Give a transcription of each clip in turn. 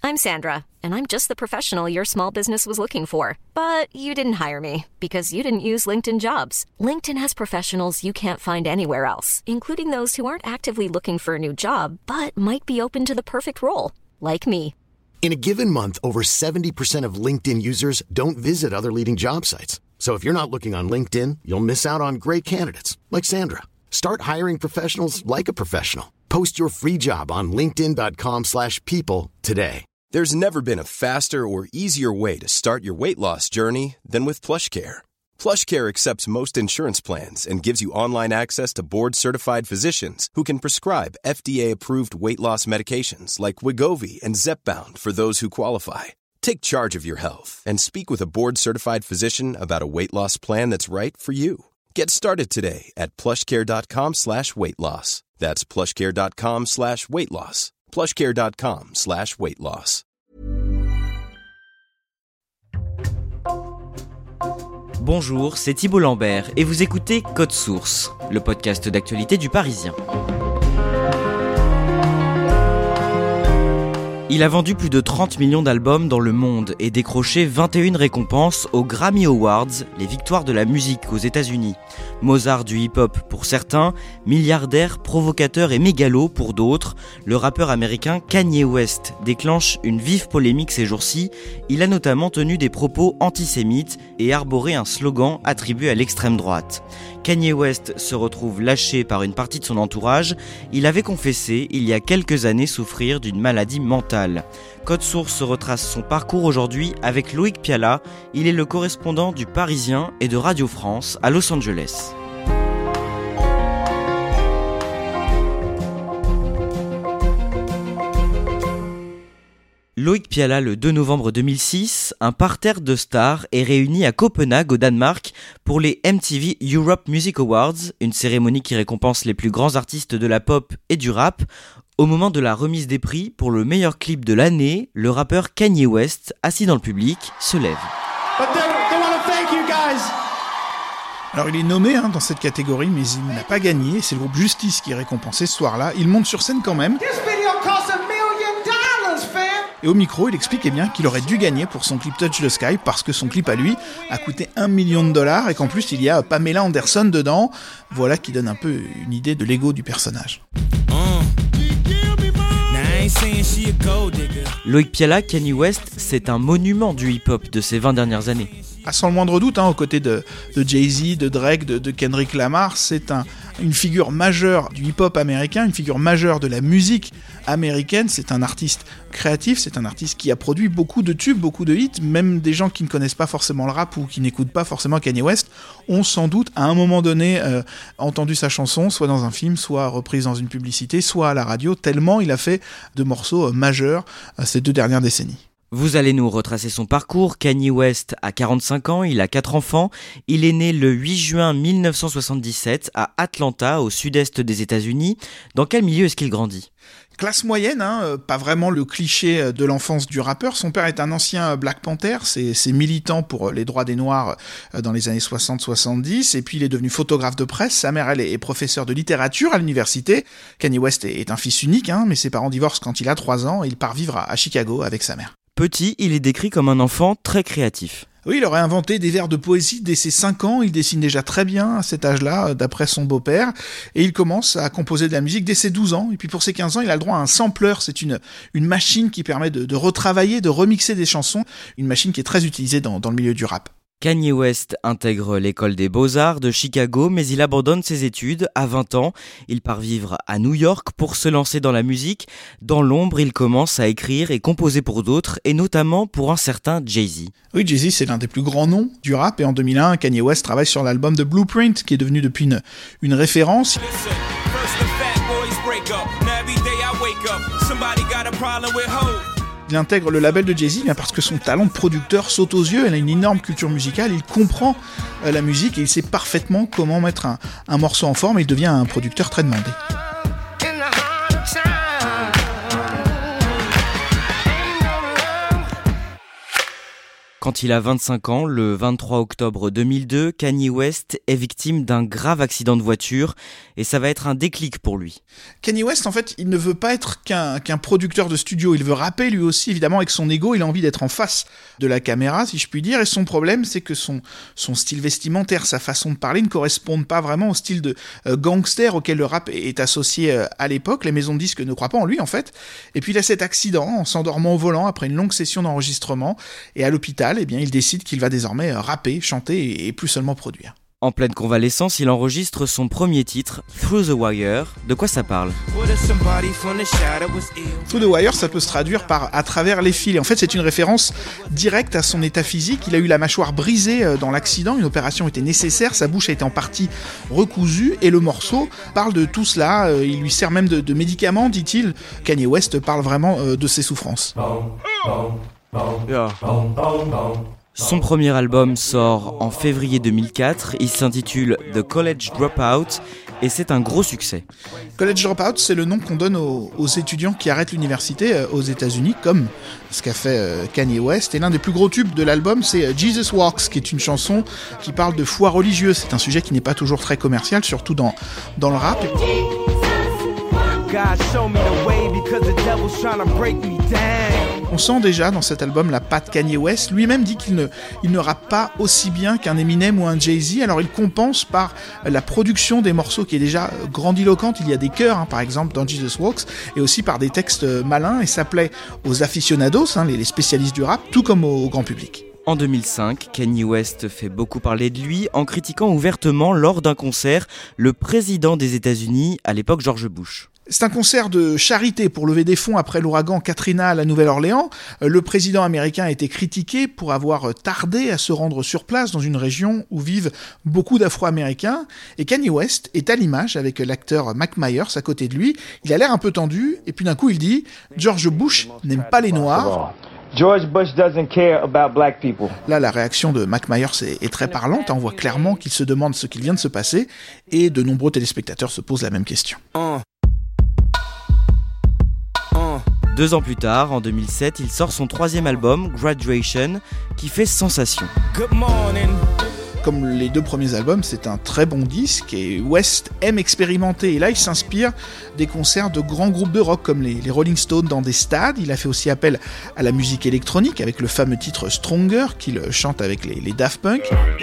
I'm Sandra, and I'm just the professional your small business was looking for. But you didn't hire me because you didn't use LinkedIn Jobs. LinkedIn has professionals you can't find anywhere else, including those who aren't actively looking for a new job, but might be open to the perfect role, like me. In a given month, over 70% of LinkedIn users don't visit other leading job sites. So if you're not looking on LinkedIn, you'll miss out on great candidates like Sandra. Start hiring professionals like a professional. Post your free job on linkedin.com/people today. There's never been a faster or easier way to start your weight loss journey than with PlushCare. PlushCare accepts most insurance plans and gives you online access to board-certified physicians who can prescribe FDA-approved weight loss medications like Wegovy and Zepbound for those who qualify. Take charge of your health and speak with a board-certified physician about a weight loss plan that's right for you. Get started today at plushcare.com/weight loss. That's plushcare.com/weight loss. plushcare.com/weight loss. Bonjour, c'est Thibault Lambert et vous écoutez Code Source, le podcast d'actualité du Parisien. Il a vendu plus de 30 millions d'albums dans le monde et décroché 21 récompenses aux Grammy Awards, les victoires de la musique aux États-Unis. Mozart du hip-hop pour certains, milliardaire, provocateur et mégalo pour d'autres, le rappeur américain Kanye West déclenche une vive polémique ces jours-ci. Il a notamment tenu des propos antisémites et arboré un slogan attribué à l'extrême droite. Kanye West se retrouve lâché par une partie de son entourage. Il avait confessé il y a quelques années souffrir d'une maladie mentale. Code Source retrace son parcours aujourd'hui avec Loïc Piala. Il est le correspondant du Parisien et de Radio France à Los Angeles. Loïc Piala, le 2 novembre 2006, un parterre de stars est réuni à Copenhague, au Danemark, pour les MTV Europe Music Awards, une cérémonie qui récompense les plus grands artistes de la pop et du rap. Au moment de la remise des prix pour le meilleur clip de l'année, le rappeur Kanye West, assis dans le public, se lève. Alors il est nommé dans cette catégorie, mais il n'a pas gagné. C'est le groupe Justice qui est récompensé ce soir-là. Il monte sur scène quand même. Et au micro, il explique qu'il aurait dû gagner pour son clip Touch the Sky parce que son clip à lui a coûté $1 million et qu'en plus il y a Pamela Anderson dedans. Voilà qui donne un peu une idée de l'ego du personnage. Loïc Piala, Kanye West, c'est un monument du hip-hop de ces 20 dernières années. Sans le moindre doute, aux côtés de Jay-Z, de Drake, de Kendrick Lamar, c'est une figure majeure du hip-hop américain, une figure majeure de la musique américaine. C'est un artiste créatif, c'est un artiste qui a produit beaucoup de tubes, beaucoup de hits. Même des gens qui ne connaissent pas forcément le rap ou qui n'écoutent pas forcément Kanye West ont sans doute à un moment donné entendu sa chanson, soit dans un film, soit reprise dans une publicité, soit à la radio, tellement il a fait de morceaux majeurs ces 2 dernières décennies. Vous allez nous retracer son parcours. Kanye West a 45 ans, il a 4 enfants. Il est né le 8 juin 1977 à Atlanta, au sud-est des États-Unis. Dans quel milieu est-ce qu'il grandit ? Classe moyenne, pas vraiment le cliché de l'enfance du rappeur. Son père est un ancien Black Panther, c'est militant pour les droits des Noirs dans les années 60-70, et puis il est devenu photographe de presse. Sa mère, elle, est professeure de littérature à l'université. Kanye West est un fils unique, mais ses parents divorcent quand il a 3 ans, et il part vivre à Chicago avec sa mère. Petit, il est décrit comme un enfant très créatif. Oui, il aurait inventé des vers de poésie dès ses 5 ans, il dessine déjà très bien à cet âge-là, d'après son beau-père, et il commence à composer de la musique dès ses 12 ans, et puis pour ses 15 ans, il a le droit à un sampler, c'est une machine qui permet de retravailler, de remixer des chansons, une machine qui est très utilisée dans le milieu du rap. Kanye West intègre l'école des beaux-arts de Chicago, mais il abandonne ses études à 20 ans. Il part vivre à New York pour se lancer dans la musique. Dans l'ombre, il commence à écrire et composer pour d'autres, et notamment pour un certain Jay-Z. Oui, Jay-Z, c'est l'un des plus grands noms du rap, et en 2001, Kanye West travaille sur l'album de Blueprint, qui est devenu depuis une référence. Il intègre le label de Jay-Z parce que son talent de producteur saute aux yeux, il a une énorme culture musicale, il comprend la musique et il sait parfaitement comment mettre un morceau en forme et il devient un producteur très demandé. Quand il a 25 ans, le 23 octobre 2002, Kanye West est victime d'un grave accident de voiture et ça va être un déclic pour lui. Kanye West, en fait, il ne veut pas être qu'un producteur de studio, il veut rapper lui aussi, évidemment, avec son ego, il a envie d'être en face de la caméra, si je puis dire, et son problème, c'est que son style vestimentaire, sa façon de parler ne correspondent pas vraiment au style de gangster auquel le rap est associé à l'époque. Les maisons de disques ne croient pas en lui, en fait. Et puis il a cet accident en s'endormant au volant après une longue session d'enregistrement, et à l'hôpital, eh bien, il décide qu'il va désormais rapper, chanter et plus seulement produire. En pleine convalescence, il enregistre son premier titre, Through the Wire. De quoi ça parle ? Through the Wire, ça peut se traduire par « à travers les fils ». En fait, c'est une référence directe à son état physique. Il a eu la mâchoire brisée dans l'accident, une opération était nécessaire, sa bouche a été en partie recousue, et le morceau parle de tout cela. Il lui sert même de médicament, dit-il. Kanye West parle vraiment de ses souffrances. Yeah. Son premier album sort en février 2004, il s'intitule The College Dropout et c'est un gros succès. College Dropout, c'est le nom qu'on donne aux étudiants qui arrêtent l'université aux États-Unis, comme ce qu'a fait Kanye West. Et l'un des plus gros tubes de l'album, c'est Jesus Walks, qui est une chanson qui parle de foi religieuse. C'est un sujet qui n'est pas toujours très commercial, surtout dans le rap. On sent déjà dans cet album la patte Kanye West. Lui-même dit qu'il ne rappe pas aussi bien qu'un Eminem ou un Jay-Z, alors il compense par la production des morceaux qui est déjà grandiloquente. Il y a des chœurs, par exemple, dans Jesus Walks, et aussi par des textes malins, et ça plaît aux aficionados, les spécialistes du rap, tout comme au grand public. En 2005, Kanye West fait beaucoup parler de lui en critiquant ouvertement lors d'un concert le président des États-Unis, à l'époque George Bush. C'est un concert de charité pour lever des fonds après l'ouragan Katrina à la Nouvelle-Orléans. Le président américain a été critiqué pour avoir tardé à se rendre sur place dans une région où vivent beaucoup d'Afro-Américains. Et Kanye West est à l'image avec l'acteur Mac Myers à côté de lui. Il a l'air un peu tendu et puis d'un coup il dit « George Bush n'aime pas les Noirs ». George Bush doesn't care about black people. Là, la réaction de Mac Myers est très parlante. On voit clairement qu'il se demande ce qu'il vient de se passer et de nombreux téléspectateurs se posent la même question. 2 ans plus tard, en 2007, il sort son 3e album, Graduation, qui fait sensation. Comme les 2 premiers albums, c'est un très bon disque et West aime expérimenter. Et là, il s'inspire des concerts de grands groupes de rock comme les Rolling Stones dans des stades. Il a fait aussi appel à la musique électronique avec le fameux titre Stronger qu'il chante avec les Daft Punk.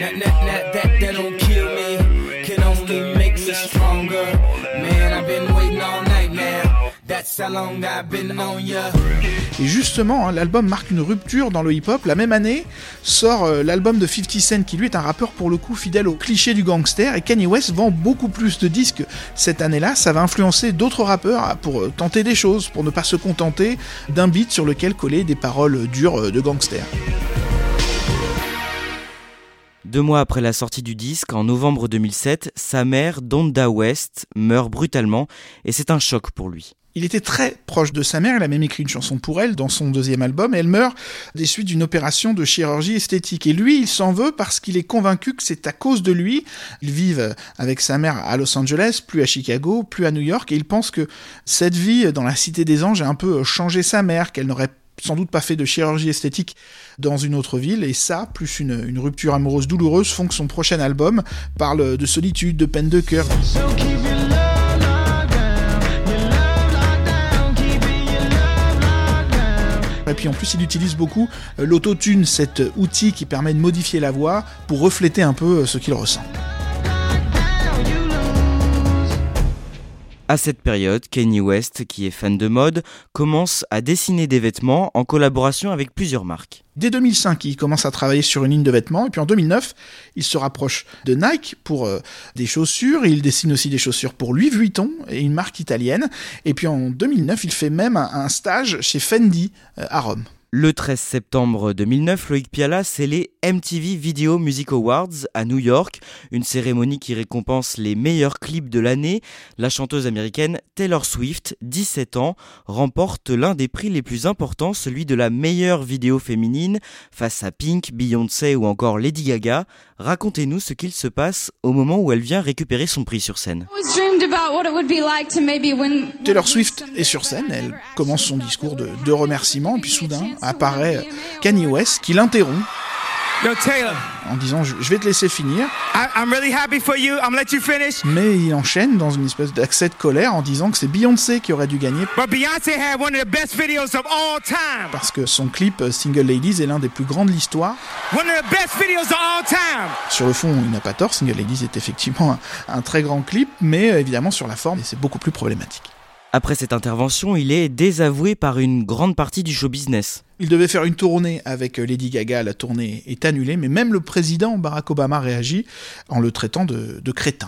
Et justement, l'album marque une rupture dans le hip-hop. La même année sort l'album de 50 Cent, qui lui est un rappeur pour le coup fidèle au cliché du gangster, et Kanye West vend beaucoup plus de disques cette année-là. Ça va influencer d'autres rappeurs pour tenter des choses, pour ne pas se contenter d'un beat sur lequel coller des paroles dures de gangster. 2 mois après la sortie du disque, en novembre 2007, sa mère, Donda West, meurt brutalement et c'est un choc pour lui. Il était très proche de sa mère, il a même écrit une chanson pour elle dans son 2e album, et elle meurt des suites d'une opération de chirurgie esthétique. Et lui, il s'en veut parce qu'il est convaincu que c'est à cause de lui. Ils vivent avec sa mère à Los Angeles, plus à Chicago, plus à New York, et il pense que cette vie dans la Cité des Anges a un peu changé sa mère, qu'elle n'aurait sans doute pas fait de chirurgie esthétique dans une autre ville, et ça, plus une rupture amoureuse douloureuse, font que son prochain album parle de solitude, de peine de cœur. Et puis en plus, il utilise beaucoup l'autotune, cet outil qui permet de modifier la voix pour refléter un peu ce qu'il ressent. À cette période, Kanye West, qui est fan de mode, commence à dessiner des vêtements en collaboration avec plusieurs marques. Dès 2005, il commence à travailler sur une ligne de vêtements, et puis en 2009, il se rapproche de Nike pour des chaussures, et il dessine aussi des chaussures pour Louis Vuitton, et une marque italienne, et puis en 2009, il fait même un stage chez Fendi à Rome. Le 13 septembre 2009, Loïc Piala, c'est les MTV Video Music Awards à New York, une cérémonie qui récompense les meilleurs clips de l'année. La chanteuse américaine Taylor Swift, 17 ans, remporte l'un des prix les plus importants, celui de la meilleure vidéo féminine, face à Pink, Beyoncé ou encore Lady Gaga. Racontez-nous ce qu'il se passe au moment où elle vient récupérer son prix sur scène. Taylor Swift est sur scène, elle commence son discours de remerciement, puis soudain apparaît Kanye West qui l'interrompt Yo, Taylor. En disant je vais te laisser finir. I'm really happy for you. I'm gonna let you finish. Mais il enchaîne dans une espèce d'accès de colère en disant que c'est Beyoncé qui aurait dû gagner. But Beyoncé had one of the best videos of all time. Parce que son clip Single Ladies est l'un des plus grands de l'histoire. One of the best videos of all time. Sur le fond, il n'a pas tort. Single Ladies est effectivement un très grand clip, mais évidemment sur la forme, c'est beaucoup plus problématique. Après cette intervention, il est désavoué par une grande partie du show business. Il devait faire une tournée avec Lady Gaga, la tournée est annulée, mais même le président Barack Obama réagit en le traitant de crétin.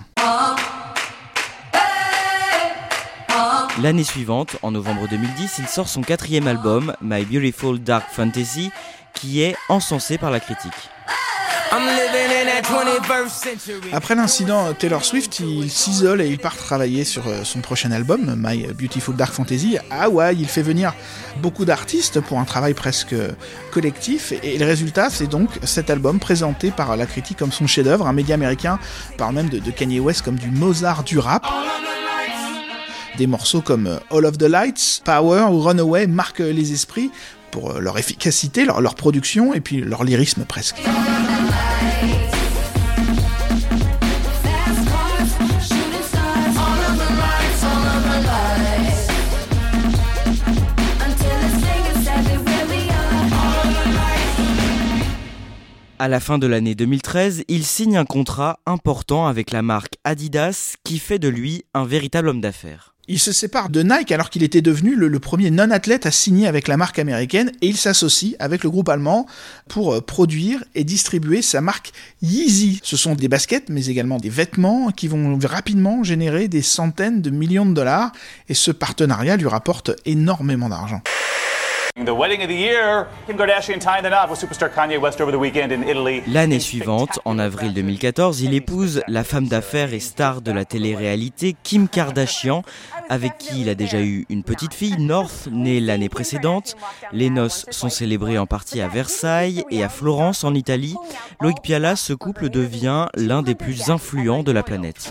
L'année suivante, en novembre 2010, il sort son 4e album, My Beautiful Dark Fantasy, qui est encensé par la critique. Après l'incident, Taylor Swift, il s'isole et il part travailler sur son prochain album, My Beautiful Dark Fantasy, à Hawaï. Il fait venir beaucoup d'artistes pour un travail presque collectif. Et le résultat, c'est donc cet album présenté par la critique comme son chef-d'œuvre. Un média américain parle même de Kanye West comme du Mozart du rap. Des morceaux comme All of the Lights, Power ou Runaway marquent les esprits pour leur efficacité, leur production et puis leur lyrisme presque. À la fin de l'année 2013, il signe un contrat important avec la marque Adidas qui fait de lui un véritable homme d'affaires. Il se sépare de Nike alors qu'il était devenu le premier non-athlète à signer avec la marque américaine et il s'associe avec le groupe allemand pour produire et distribuer sa marque Yeezy. Ce sont des baskets mais également des vêtements qui vont rapidement générer des centaines de millions de dollars et ce partenariat lui rapporte énormément d'argent. L'année suivante, en avril 2014, il épouse la femme d'affaires et star de la télé-réalité Kim Kardashian, avec qui il a déjà eu une petite fille, North, née l'année précédente. Les noces sont célébrées en partie à Versailles et à Florence en Italie. Loïc Piala, ce couple devient l'un des plus influents de la planète.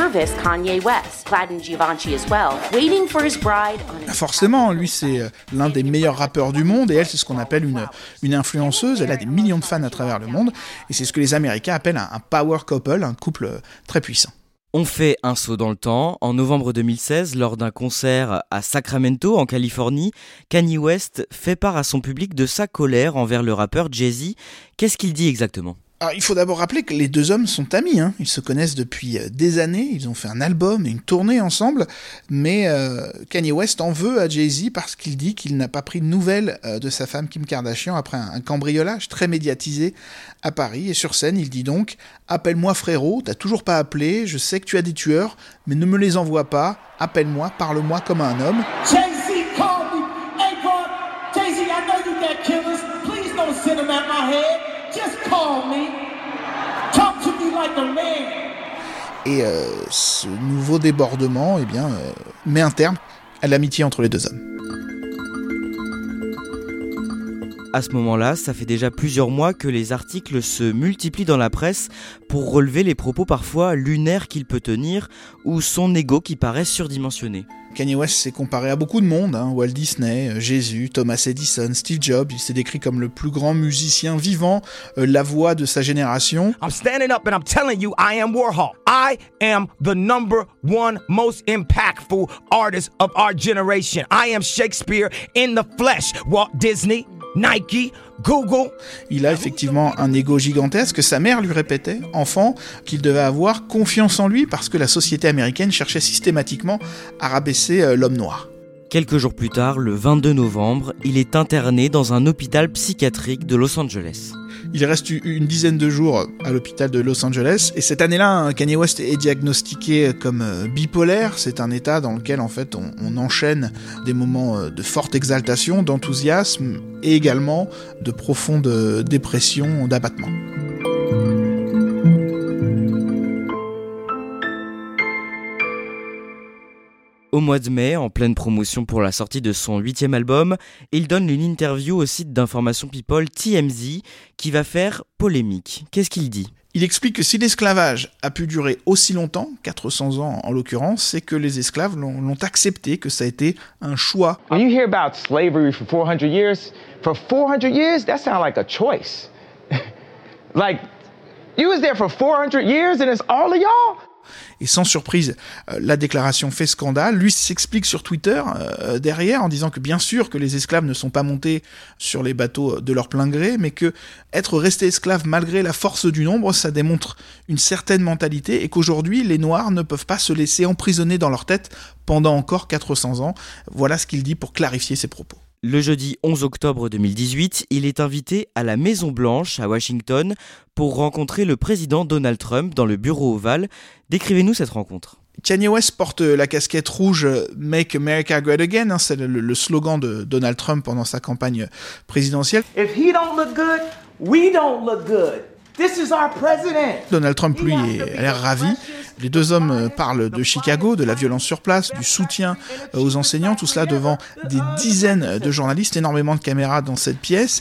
Forcément, lui c'est l'un des meilleurs rappeurs du monde et elle c'est ce qu'on appelle une influenceuse. Elle a des millions de fans à travers le monde et c'est ce que les Américains appellent un power couple, un couple très puissant. On fait un saut dans le temps. En novembre 2016, lors d'un concert à Sacramento, en Californie, Kanye West fait part à son public de sa colère envers le rappeur Jay-Z. Qu'est-ce qu'il dit exactement ? Alors, il faut d'abord rappeler que les deux hommes sont amis, hein. Ils se connaissent depuis des années, ils ont fait un album et une tournée ensemble, mais Kanye West en veut à Jay-Z parce qu'il dit qu'il n'a pas pris de nouvelles de sa femme Kim Kardashian après un cambriolage très médiatisé à Paris, et sur scène il dit donc « Appelle-moi frérot, t'as toujours pas appelé, je sais que tu as des tueurs, mais ne me les envoie pas, appelle-moi, parle-moi comme un homme. » Jay-Z, call me. Hey, bro, Jay-Z, I know you got killers, please don't send them at my head. Just call me. Talk to me like a man. Et ce nouveau débordement met un terme à l'amitié entre les deux hommes. À ce moment-là, ça fait déjà plusieurs mois que les articles se multiplient dans la presse pour relever les propos parfois lunaires qu'il peut tenir ou son ego qui paraît surdimensionné. Kanye West s'est comparé à beaucoup de monde, hein, Walt Disney, Jésus, Thomas Edison, Steve Jobs. Il s'est décrit comme le plus grand musicien vivant, la voix de sa génération. I'm standing up and I'm telling you, I am Warhol. I am the number one most impactful artist of our generation. I am Shakespeare in the flesh. Walt Disney, Nike, Google. Il a effectivement un ego gigantesque. Sa mère lui répétait, enfant, qu'il devait avoir confiance en lui parce que la société américaine cherchait systématiquement à rabaisser l'homme noir. Quelques jours plus tard, le 22 novembre, il est interné dans un hôpital psychiatrique de Los Angeles. Il reste une dizaine de jours à l'hôpital de Los Angeles et cette année-là, Kanye West est diagnostiqué comme bipolaire. C'est un état dans lequel en fait on enchaîne des moments de forte exaltation, d'enthousiasme et également de profonde dépression, d'abattement. Au mois de mai, en pleine promotion pour la sortie de son 8e album, il donne une interview au site d'information people TMZ qui va faire polémique. Qu'est-ce qu'il dit ? Il explique que si l'esclavage a pu durer aussi longtemps, 400 ans en l'occurrence, c'est que les esclaves l'ont accepté, que ça a été un choix. When you hear about slavery for 400 years, that sounds like a choice. Like, you was there for 400 years and it's all of y'all? Et sans surprise, la déclaration fait scandale. Lui s'explique sur Twitter derrière en disant que bien sûr que les esclaves ne sont pas montés sur les bateaux de leur plein gré, mais que être resté esclave malgré la force du nombre, ça démontre une certaine mentalité et qu'aujourd'hui, les Noirs ne peuvent pas se laisser emprisonner dans leur tête pendant encore 400 ans. Voilà ce qu'il dit pour clarifier ses propos. Le jeudi 11 octobre 2018, il est invité à la Maison-Blanche à Washington pour rencontrer le président Donald Trump dans le bureau ovale. Décrivez-nous cette rencontre. Kanye West porte la casquette rouge « Make America Great Again », c'est le slogan de Donald Trump pendant sa campagne présidentielle. If he don't look good, we don't look good. This is our president. Donald Trump, lui, a l'air ravi. Les deux hommes parlent de Chicago, de la violence sur place, du soutien aux enseignants, tout cela devant des dizaines de journalistes, énormément de caméras dans cette pièce.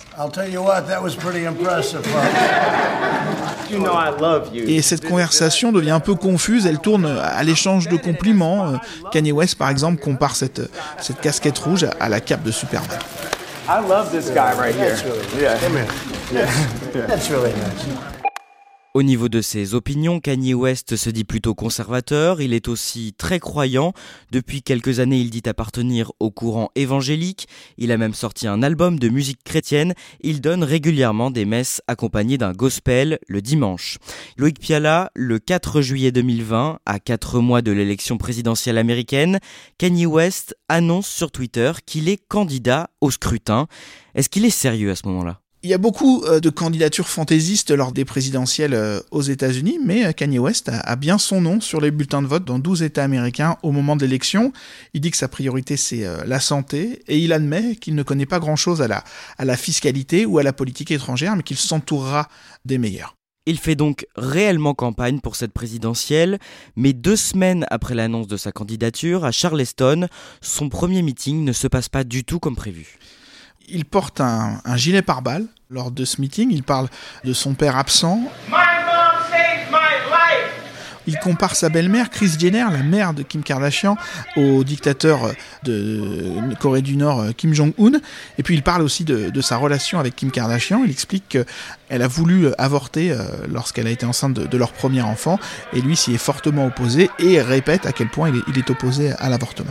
Et cette conversation devient un peu confuse, elle tourne à l'échange de compliments. Kanye West, par exemple, compare cette casquette rouge à la cape de Superman. I love this guy right here. That's really nice. Au niveau de ses opinions, Kanye West se dit plutôt conservateur, il est aussi très croyant. Depuis quelques années, il dit appartenir au courant évangélique. Il a même sorti un album de musique chrétienne. Il donne régulièrement des messes accompagnées d'un gospel le dimanche. Loïc Piala, le 4 juillet 2020, à 4 mois de l'élection présidentielle américaine, Kanye West annonce sur Twitter qu'il est candidat au scrutin. Est-ce qu'il est sérieux à ce moment-là ? Il y a beaucoup de candidatures fantaisistes lors des présidentielles aux États-Unis, mais Kanye West a bien son nom sur les bulletins de vote dans 12 États américains au moment de l'élection. Il dit que sa priorité, c'est la santé, et il admet qu'il ne connaît pas grand-chose à la fiscalité ou à la politique étrangère, mais qu'il s'entourera des meilleurs. Il fait donc réellement campagne pour cette présidentielle, mais 2 semaines après l'annonce de sa candidature, à Charleston, son premier meeting ne se passe pas du tout comme prévu. Il porte un gilet pare-balles lors de ce meeting, il parle de son père absent. Il compare sa belle-mère, Kris Jenner, la mère de Kim Kardashian, au dictateur de Corée du Nord, Kim Jong-un. Et puis il parle aussi de sa relation avec Kim Kardashian. Il explique qu'elle a voulu avorter lorsqu'elle a été enceinte de leur premier enfant. Et lui s'y est fortement opposé et répète à quel point il est opposé à l'avortement.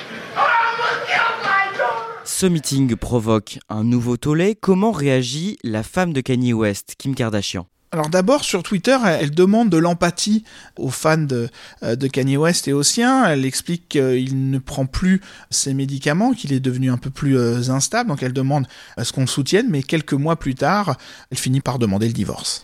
Ce meeting provoque un nouveau tollé. Comment réagit la femme de Kanye West, Kim Kardashian ? Alors d'abord, sur Twitter, elle demande de l'empathie aux fans de Kanye West et aux siens. Elle explique qu'il ne prend plus ses médicaments, qu'il est devenu un peu plus instable. Donc elle demande à ce qu'on le soutienne, mais quelques mois plus tard, elle finit par demander le divorce.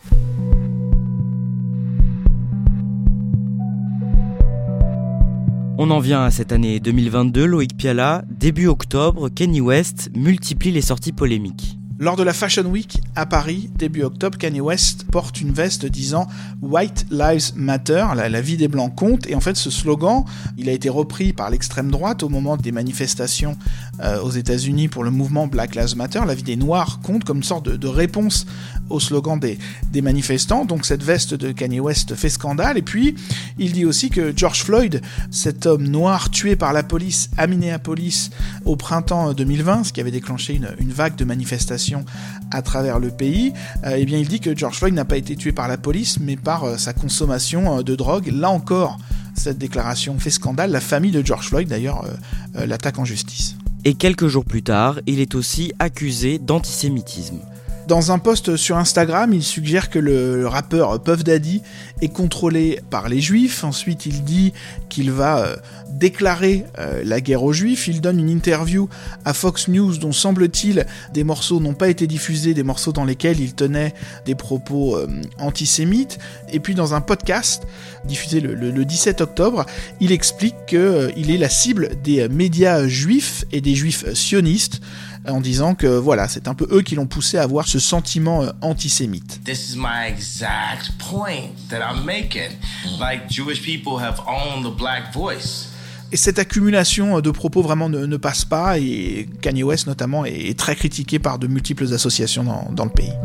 On en vient à cette année 2022, Loïc Piala. Début octobre, Kanye West multiplie les sorties polémiques. Lors de la Fashion Week à Paris, début octobre, Kanye West porte une veste disant « White Lives Matter », la vie des Blancs compte. Et en fait, ce slogan, il a été repris par l'extrême droite au moment des manifestations aux États-Unis pour le mouvement Black Lives Matter. La vie des Noirs compte comme une sorte de réponse au slogan des manifestants. Donc cette veste de Kanye West fait scandale. Et puis, il dit aussi que George Floyd, cet homme noir tué par la police à Minneapolis au printemps 2020, ce qui avait déclenché une vague de manifestations à travers le pays, eh bien il dit que George Floyd n'a pas été tué par la police, mais par sa consommation de drogue. Là encore, cette déclaration fait scandale. La famille de George Floyd, d'ailleurs, l'attaque en justice. Et quelques jours plus tard, il est aussi accusé d'antisémitisme. Dans un post sur Instagram, il suggère que le rappeur Puff Daddy est contrôlé par les Juifs. Ensuite, il dit qu'il va déclarer la guerre aux Juifs. Il donne une interview à Fox News dont, semble-t-il, des morceaux n'ont pas été diffusés, des morceaux dans lesquels il tenait des propos antisémites. Et puis, dans un podcast diffusé le 17 octobre, il explique qu'il est la cible des médias juifs et des juifs sionistes, en disant que voilà, c'est un peu eux qui l'ont poussé à avoir ce sentiment antisémite. This is my exact point that I'm making. Like, Jewish people have owned the black voice. Et cette accumulation de propos vraiment ne passe pas, et Kanye West notamment est très critiqué par de multiples associations dans le pays.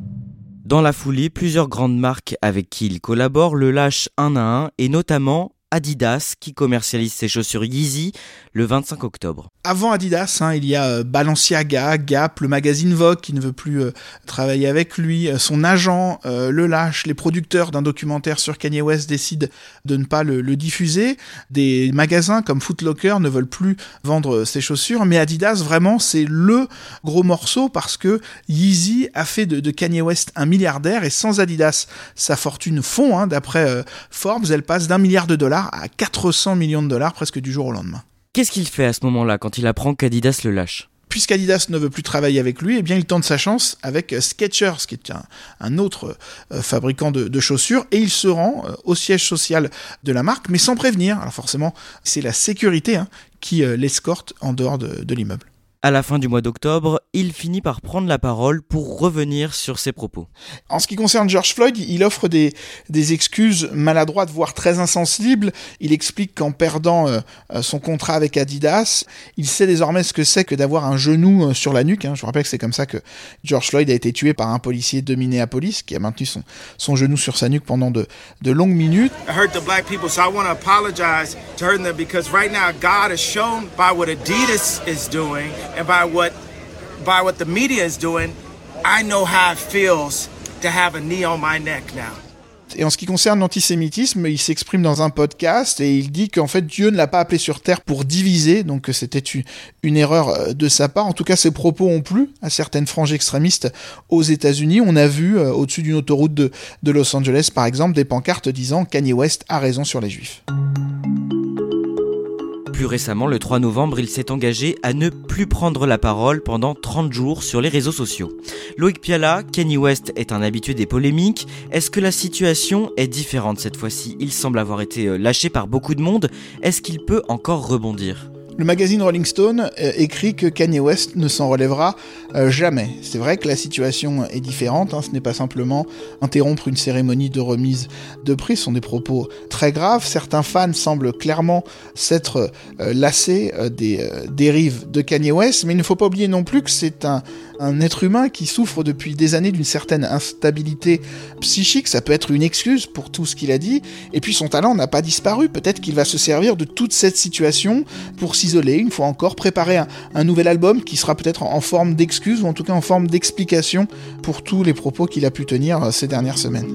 Dans la foulée, plusieurs grandes marques avec qui il collabore le lâchent un à un, et notamment Adidas qui commercialise ses chaussures Yeezy le 25 octobre. Avant Adidas, il y a Balenciaga, Gap, le magazine Vogue qui ne veut plus travailler avec lui, son agent le lâche, les producteurs d'un documentaire sur Kanye West décident de ne pas le diffuser, des magasins comme Foot Locker ne veulent plus vendre ses chaussures, mais Adidas vraiment c'est le gros morceau parce que Yeezy a fait de Kanye West un milliardaire et sans Adidas sa fortune fond, d'après Forbes, elle passe d'$1 milliard à 400 millions de dollars presque du jour au lendemain. Qu'est-ce qu'il fait à ce moment-là quand il apprend qu'Adidas le lâche ? Puisqu'Adidas ne veut plus travailler avec lui, il tente sa chance avec Skechers, qui est un autre fabricant de chaussures, et il se rend au siège social de la marque, mais sans prévenir. Alors forcément, c'est la sécurité qui l'escorte en dehors de l'immeuble. À la fin du mois d'octobre, il finit par prendre la parole pour revenir sur ses propos. En ce qui concerne George Floyd, il offre des excuses maladroites, voire très insensibles. Il explique qu'en perdant son contrat avec Adidas, il sait désormais ce que c'est que d'avoir un genou sur la nuque. Je vous rappelle que c'est comme ça que George Floyd a été tué par un policier de Minneapolis qui a maintenu son genou sur sa nuque pendant de longues minutes. I hurt the black people, so I want to apologize to hurt them because right now God has shown by what Adidas is doing and by what the media is doing, I know how it feels to have a knee on my neck now. Et en ce qui concerne l'antisémitisme, il s'exprime dans un podcast et il dit qu'en fait Dieu ne l'a pas appelé sur terre pour diviser, donc que c'était une erreur de sa part. En tout cas, ses propos ont plu à certaines franges extrémistes aux États-Unis. On a vu au-dessus d'une autoroute de Los Angeles, par exemple, des pancartes disant « Kanye West a raison sur les Juifs ». Plus récemment, le 3 novembre, il s'est engagé à ne plus prendre la parole pendant 30 jours sur les réseaux sociaux. Loïc Piala, Kanye West est un habitué des polémiques. Est-ce que la situation est différente cette fois-ci ? Il semble avoir été lâché par beaucoup de monde. Est-ce qu'il peut encore rebondir ? Le magazine Rolling Stone écrit que Kanye West ne s'en relèvera jamais. C'est vrai que la situation est différente, ce n'est pas simplement interrompre une cérémonie de remise de prix, ce sont des propos très graves. Certains fans semblent clairement s'être lassés des dérives de Kanye West, mais il ne faut pas oublier non plus que c'est un être humain qui souffre depuis des années d'une certaine instabilité psychique. Ça peut être une excuse pour tout ce qu'il a dit, et puis son talent n'a pas disparu. Peut-être qu'il va se servir de toute cette situation pour s'isoler, une fois encore préparer un nouvel album qui sera peut-être en forme d'excuse ou en tout cas en forme d'explication pour tous les propos qu'il a pu tenir ces dernières semaines.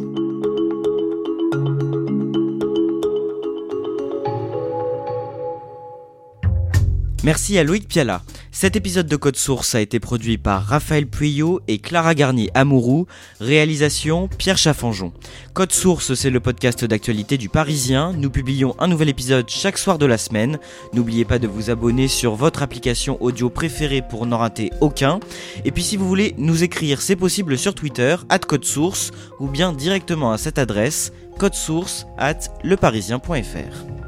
Merci à Loïc Piala. Cet épisode de Code Source a été produit par Raphaël Pueyo et Clara Garnier-Amouroux. Réalisation Pierre Chaffanjon. Code Source, c'est le podcast d'actualité du Parisien. Nous publions un nouvel épisode chaque soir de la semaine. N'oubliez pas de vous abonner sur votre application audio préférée pour n'en rater aucun. Et puis si vous voulez nous écrire, c'est possible sur Twitter, @codesource, ou bien directement à cette adresse, codesource@leparisien.fr.